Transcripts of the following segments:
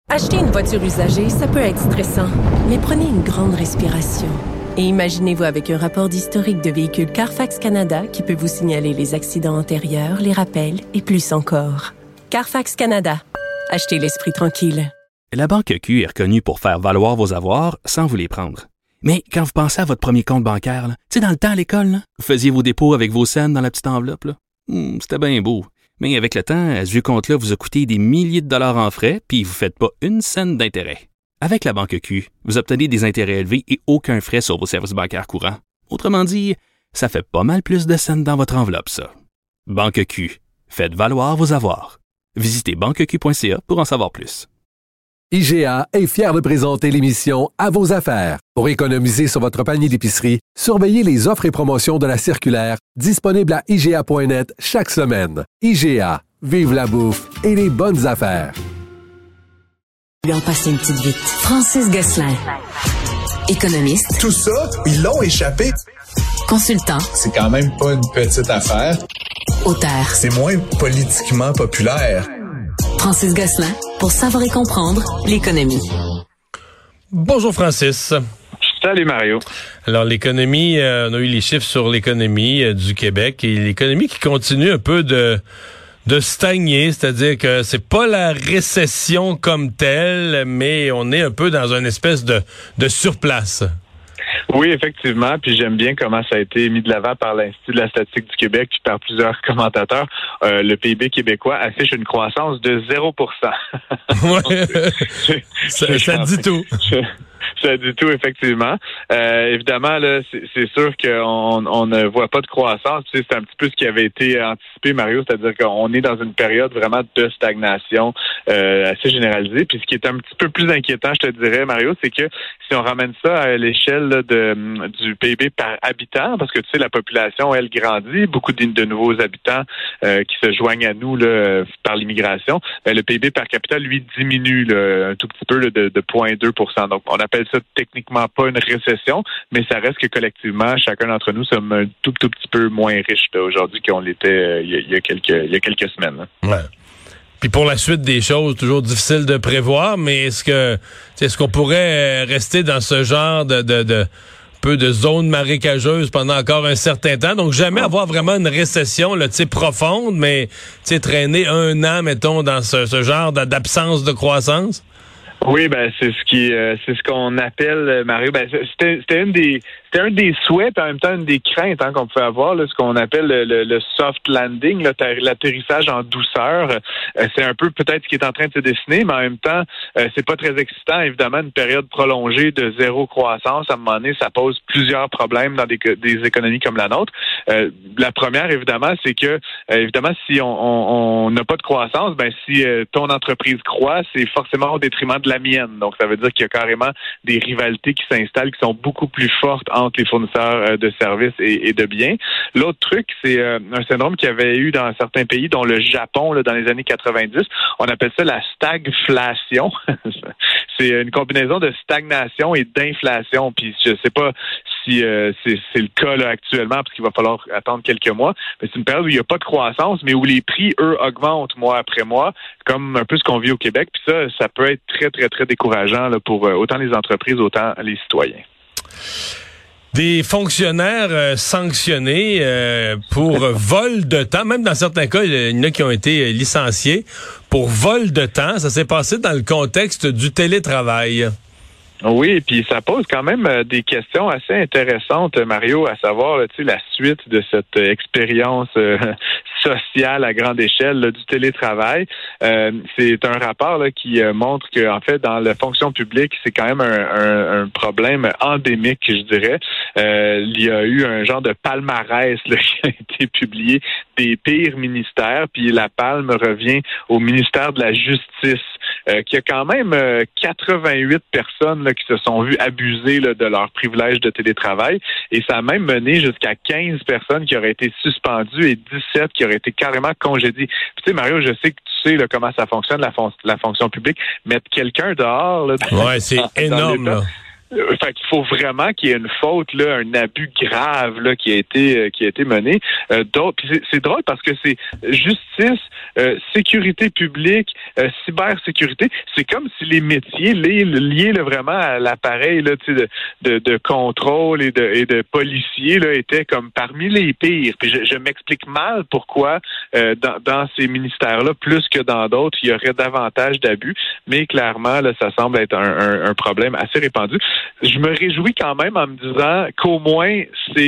Acheter une voiture usagée, ça peut être stressant, mais prenez une grande respiration. Et imaginez-vous avec un rapport d'historique de véhicule Carfax Canada qui peut vous signaler les accidents antérieurs, les rappels et plus encore. Carfax Canada. Achetez l'esprit tranquille. La Banque Q est reconnue pour faire valoir vos avoirs sans vous les prendre. Mais quand vous pensez à votre premier compte bancaire, tu sais, dans le temps à l'école, là, vous faisiez vos dépôts avec vos scènes dans la petite enveloppe. Là. C'était bien beau. Mais avec le temps, ce vieux compte-là vous a coûté des milliers de dollars en frais, puis vous ne faites pas une scène d'intérêt. Avec la Banque Q, vous obtenez des intérêts élevés et aucun frais sur vos services bancaires courants. Autrement dit, ça fait pas mal plus de scènes dans votre enveloppe, ça. Banque Q. Faites valoir vos avoirs. Visitez banqueq.ca pour en savoir plus. IGA est fier de présenter l'émission À vos affaires. Pour économiser sur votre panier d'épicerie, surveillez les offres et promotions de la circulaire disponible à IGA.net chaque semaine. IGA, vive la bouffe et les bonnes affaires. Lui en passer une petite vite. Francis Gosselin, économiste. Tout ça, ils l'ont échappé. Consultant. C'est quand même pas une petite affaire. Auteur. C'est moins politiquement populaire. Francis Gosselin, pour savoir et comprendre l'économie. Bonjour Francis. Salut Mario. Alors l'économie, on a eu les chiffres sur l'économie du Québec et l'économie qui continue un peu de stagner, c'est-à-dire que c'est pas la récession comme telle, mais on est un peu dans une espèce de surplace. Oui, effectivement, puis j'aime bien comment ça a été mis de l'avant par l'Institut de la statistique du Québec puis par plusieurs commentateurs. Le PIB québécois affiche une croissance de 0%. Ouais. ça dit tout. Ça dit tout, effectivement. Évidemment, là, c'est sûr qu'on ne voit pas de croissance. Tu sais, c'est un petit peu ce qui avait été anticipé, Mario, c'est-à-dire qu'on est dans une période vraiment de stagnation assez généralisée. Puis ce qui est un petit peu plus inquiétant, je te dirais, Mario, c'est que si on ramène ça à l'échelle là, du PIB par habitant, parce que tu sais, la population, elle grandit, beaucoup de nouveaux habitants qui se joignent à nous là, par l'immigration, ben, le PIB par capita, lui, diminue là, un tout petit peu là, de 0,2%. Donc, on appelle ça techniquement pas une récession, mais ça reste que collectivement, chacun d'entre nous sommes un tout petit peu moins riches aujourd'hui qu'on l'était il y a quelques semaines. Là. Ouais. Puis pour la suite des choses, toujours difficile de prévoir, mais est-ce qu'on pourrait rester dans ce genre de peu de zone marécageuse pendant encore un certain temps? Donc jamais avoir vraiment une récession là, profonde, mais traîner un an, mettons, dans ce genre d'absence de croissance? Oui, ben c'est ce qu'on appelle, Mario, ben c'était un des souhaits, puis en même temps une des craintes qu'on pouvait avoir, là, ce qu'on appelle le soft landing, là, l'atterrissage en douceur. C'est un peu peut-être ce qui est en train de se dessiner, mais en même temps, c'est pas très excitant. Évidemment, une période prolongée de zéro croissance, à un moment donné, ça pose plusieurs problèmes dans des économies comme la nôtre. La première, évidemment, c'est que évidemment, si on n'a pas de croissance, ben si ton entreprise croît, c'est forcément au détriment de la mienne. Donc, ça veut dire qu'il y a carrément des rivalités qui s'installent, qui sont beaucoup plus fortes entre les fournisseurs de services et de biens. L'autre truc, c'est un syndrome qu'il y avait eu dans certains pays, dont le Japon, là, dans les années 90. On appelle ça la stagflation. C'est une combinaison de stagnation et d'inflation. Puis, je sais pas si c'est le cas là, actuellement, parce qu'il va falloir attendre quelques mois. Mais c'est une période où il n'y a pas de croissance, mais où les prix, eux, augmentent mois après mois, comme un peu ce qu'on vit au Québec. Puis ça peut être très, très, très décourageant là, pour autant les entreprises, autant les citoyens. Des fonctionnaires sanctionnés pour vol de temps. Même dans certains cas, il y en a qui ont été licenciés pour vol de temps. Ça s'est passé dans le contexte du télétravail. Oui, et puis ça pose quand même des questions assez intéressantes, Mario, à savoir là, la suite de cette expérience sociale à grande échelle là, du télétravail. C'est un rapport là, qui montre que en fait, dans la fonction publique, c'est quand même un problème endémique, je dirais. Il y a eu un genre de palmarès là, qui a été publié des pires ministères, puis la palme revient au ministère de la Justice, qui a quand même 88 personnes là, qui se sont vues abuser là, de leur privilège de télétravail, et ça a même mené jusqu'à 15 personnes qui auraient été suspendues et 17 qui auraient été carrément congédiées. Puis, tu sais, Mario, je sais que tu sais là, comment ça fonctionne, la fonction publique. Mettre quelqu'un dehors... Là, ouais, c'est énorme, là. Fait qu'il faut vraiment qu'il y ait une faute, là, un abus grave là, qui a été mené. C'est drôle parce que c'est justice, sécurité publique, cybersécurité. C'est comme si les métiers liés là, vraiment à l'appareil là, de contrôle et de policiers là, étaient comme parmi les pires. Puis je m'explique mal pourquoi dans ces ministères-là, plus que dans d'autres, il y aurait davantage d'abus. Mais clairement, là, ça semble être un problème assez répandu. Je me réjouis quand même en me disant qu'au moins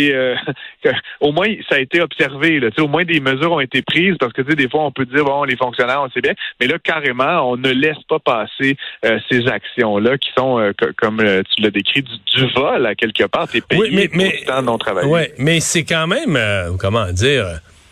au moins ça a été observé. Là. Au moins des mesures ont été prises parce que des fois on peut dire bon les fonctionnaires on sait bien, mais là carrément on ne laisse pas passer ces actions-là qui sont comme tu l'as décrit du vol à quelque part. T'es payé pour du temps non travaillé. Oui, mais c'est quand même comment dire.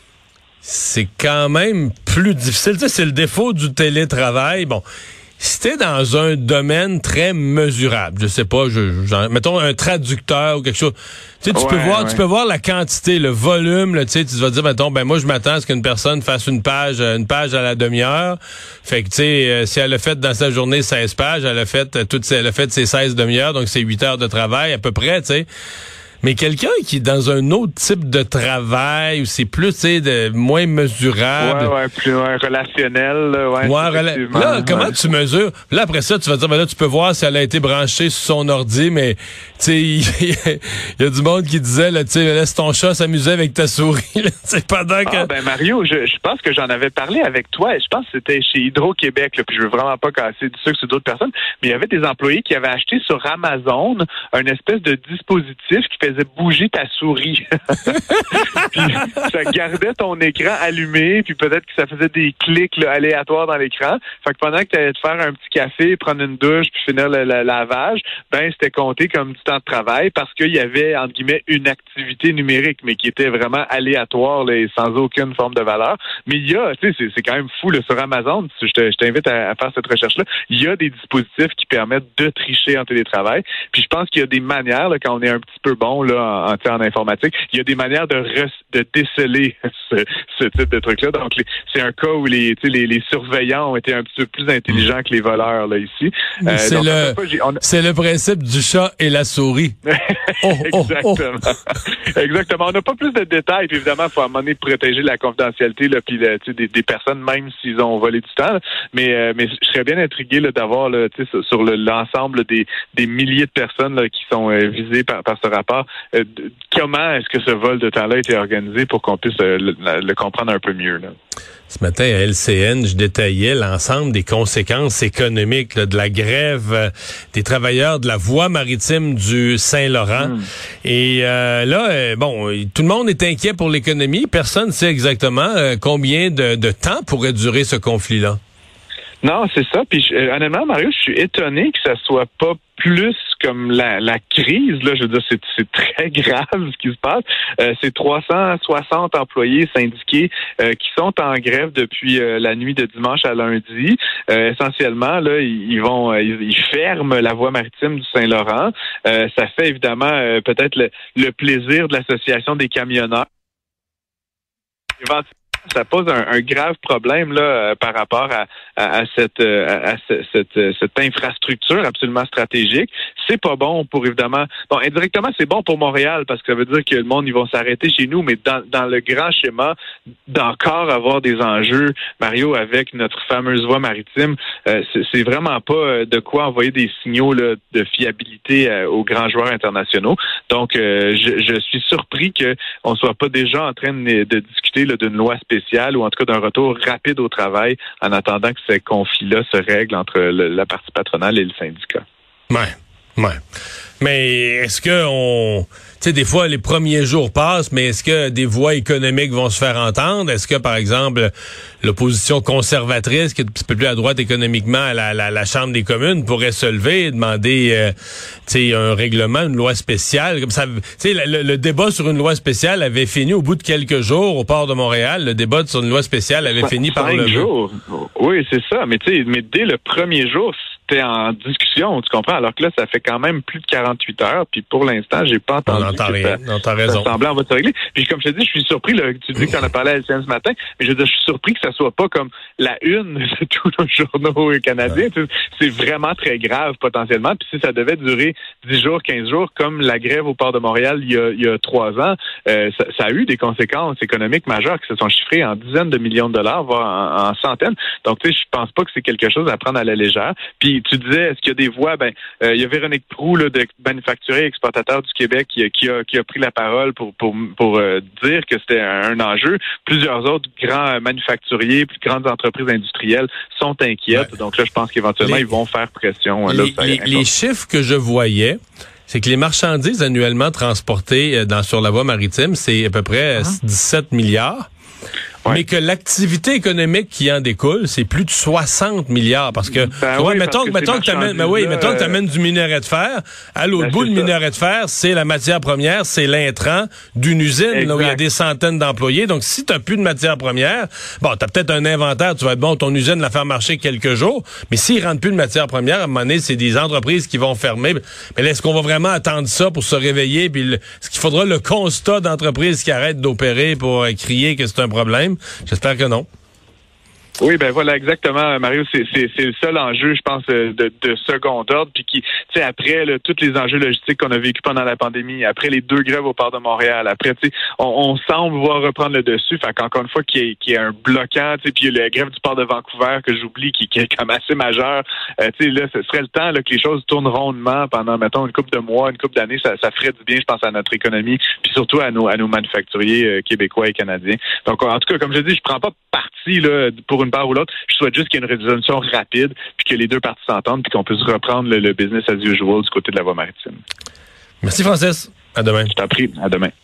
C'est quand même plus difficile. Tu sais, c'est le défaut du télétravail. Bon. Si t'es dans un domaine très mesurable, je sais pas, mettons un traducteur ou quelque chose, tu sais, tu peux voir la quantité, le volume, là, tu sais, tu vas dire, mettons, moi je m'attends à ce qu'une personne fasse une page à la demi-heure. Fait que tu sais, si elle a fait dans sa journée 16 pages, elle a fait ses 16 demi-heures, donc c'est 8 heures de travail à peu près, tu sais. Mais quelqu'un qui est dans un autre type de travail où c'est plus, tu sais, moins mesurable. Plus relationnel. Là, comment tu mesures? Là, après ça, tu vas dire, là, tu peux voir si elle a été branchée sur son ordi, mais, tu sais, il y a du monde qui disait, là, tu sais, laisse ton chat s'amuser avec ta souris, c'est pendant que... Mario, je pense que j'en avais parlé avec toi, et je pense que c'était chez Hydro-Québec, là, puis je veux vraiment pas casser du sucre sur d'autres personnes, mais il y avait des employés qui avaient acheté sur Amazon un espèce de dispositif qui faisait bouger ta souris. Puis ça gardait ton écran allumé, puis peut-être que ça faisait des clics là, aléatoires dans l'écran. Fait que pendant que tu allais te faire un petit café, prendre une douche, puis finir le lavage, c'était compté comme du temps de travail parce qu'il y avait, entre guillemets, une activité numérique, mais qui était vraiment aléatoire là, et sans aucune forme de valeur. Mais il y a, tu sais, c'est quand même fou là, sur Amazon, je t'invite à faire cette recherche-là, il y a des dispositifs qui permettent de tricher en télétravail. Puis je pense qu'il y a des manières, là, quand on est un petit peu bon là, en informatique, il y a des manières de déceler ce type de truc-là. Donc, c'est un cas où les surveillants ont été un petit peu plus intelligents que les voleurs là ici. C'est le principe du chat et la souris. Exactement. Exactement. On n'a pas plus de détails. Puis évidemment, il faut à un moment donné protéger la confidentialité là, puis des personnes, même s'ils ont volé du temps. Là. Mais je serais bien intrigué là, d'avoir là, sur l'ensemble des milliers de personnes là, qui sont visées par ce rapport. Comment est-ce que ce vol de temps-là a été organisé pour qu'on puisse le comprendre un peu mieux? Là. Ce matin, à LCN, je détaillais l'ensemble des conséquences économiques là, de la grève des travailleurs de la voie maritime du Saint-Laurent. Et là, tout le monde est inquiet pour l'économie. Personne ne sait exactement combien de temps pourrait durer ce conflit-là. Non, c'est ça. Puis honnêtement, Mario, je suis étonné que ça soit pas plus comme la crise. Là, je veux dire, c'est très grave ce qui se passe. C'est 360 employés syndiqués qui sont en grève depuis la nuit de dimanche à lundi. Essentiellement, là, ils ferment la voie maritime du Saint-Laurent. Ça fait évidemment peut-être le plaisir de l'association des camionneurs. Ça pose un grave problème là par rapport à cette infrastructure absolument stratégique. C'est pas bon pour évidemment. Bon, indirectement, c'est bon pour Montréal parce que ça veut dire que le monde ils vont s'arrêter chez nous, mais dans le grand schéma d'encore avoir des enjeux, Mario, avec notre fameuse voie maritime, c'est vraiment pas de quoi envoyer des signaux là, de fiabilité aux grands joueurs internationaux. Donc, je suis surpris qu'on soit pas déjà en train de discuter là, d'une loi spéciale ou en tout cas d'un retour rapide au travail en attendant que ce conflit-là se règle entre la partie patronale et le syndicat. Ouais. Mais est-ce que tu sais, des fois, les premiers jours passent, mais est-ce que des voix économiques vont se faire entendre? Est-ce que, par exemple, l'opposition conservatrice, qui est un petit peu plus à droite économiquement à la Chambre des communes, pourrait se lever et demander, tu sais, un règlement, une loi spéciale? Comme ça, tu sais, le débat sur une loi spéciale avait fini au bout de quelques jours au port de Montréal. Le débat sur une loi spéciale avait fini par 5 jours. Oui, c'est ça. Mais tu sais, dès le premier jour, c'était en discussion, tu comprends? Alors que là, ça fait quand même plus de 48 heures, puis pour l'instant, j'ai pas entendu. On n'entend rien. T'as raison. Ça semblait en va se régler. Puis comme je te dis, je suis surpris, là, tu dis que t'en as parlé à LCN ce matin, mais je veux dire, je suis surpris que ça soit pas comme la une de tous nos journaux canadiens. Ouais. C'est vraiment très grave, potentiellement. Puis si ça devait durer 10 jours, 15 jours, comme la grève au port de Montréal il y a 3 ans, ça a eu des conséquences économiques majeures qui se sont chiffrées en dizaines de millions de dollars, voire en centaines. Donc, tu sais, je pense pas que c'est quelque chose à prendre à la légère. Puis, tu disais, est-ce qu'il y a des voix? Il y a Véronique Proulx, là, de Manufacturiers et Exportateurs du Québec, qui a pris la parole pour dire que c'était un enjeu. Plusieurs autres grands manufacturiers, plus grandes entreprises industrielles sont inquiètes. Ouais. Donc là, je pense qu'éventuellement, ils vont faire pression. Les chiffres que je voyais, c'est que les marchandises annuellement transportées sur la voie maritime, c'est à peu près 17 milliards. Ouais. Mais que l'activité économique qui en découle, c'est plus de 60 milliards. Parce que, mettons que tu amènes du minerai de fer. À l'autre bout, le minerai de fer, c'est la matière première, c'est l'intrant d'une usine là, où il y a des centaines d'employés. Donc, si tu n'as plus de matière première, bon, tu as peut-être un inventaire, tu vas être bon, ton usine la faire marcher quelques jours. Mais s'il ne rentre plus de matière première, à un moment donné, c'est des entreprises qui vont fermer. Mais là, est-ce qu'on va vraiment attendre ça pour se réveiller? Puis, est-ce qu'il faudra le constat d'entreprises qui arrêtent d'opérer pour crier que c'est un problème? J'espère que non. Oui, ben voilà, exactement, Mario. C'est le seul enjeu, je pense, de second ordre, puis qui, tu sais, après tous les enjeux logistiques qu'on a vécu pendant la pandémie, après les 2 grèves au port de Montréal, après, tu sais, on semble voir reprendre le dessus. Fait qu'encore une fois, qu'il y ait un bloquant, tu sais, puis la grève du port de Vancouver que j'oublie, qui est comme assez majeur. Tu sais, là, ce serait le temps là, que les choses tournent rondement pendant, mettons, une couple de mois, une couple d'années. Ça ferait du bien, je pense, à notre économie, puis surtout à nos manufacturiers québécois et canadiens. Donc, en tout cas, comme je dis, je prends pas parti là pour une part ou l'autre. Je souhaite juste qu'il y ait une résolution rapide, puis que les deux parties s'entendent, puis qu'on puisse reprendre le business as usual du côté de la voie maritime. Merci, Francis. À demain. Je t'en prie. À demain.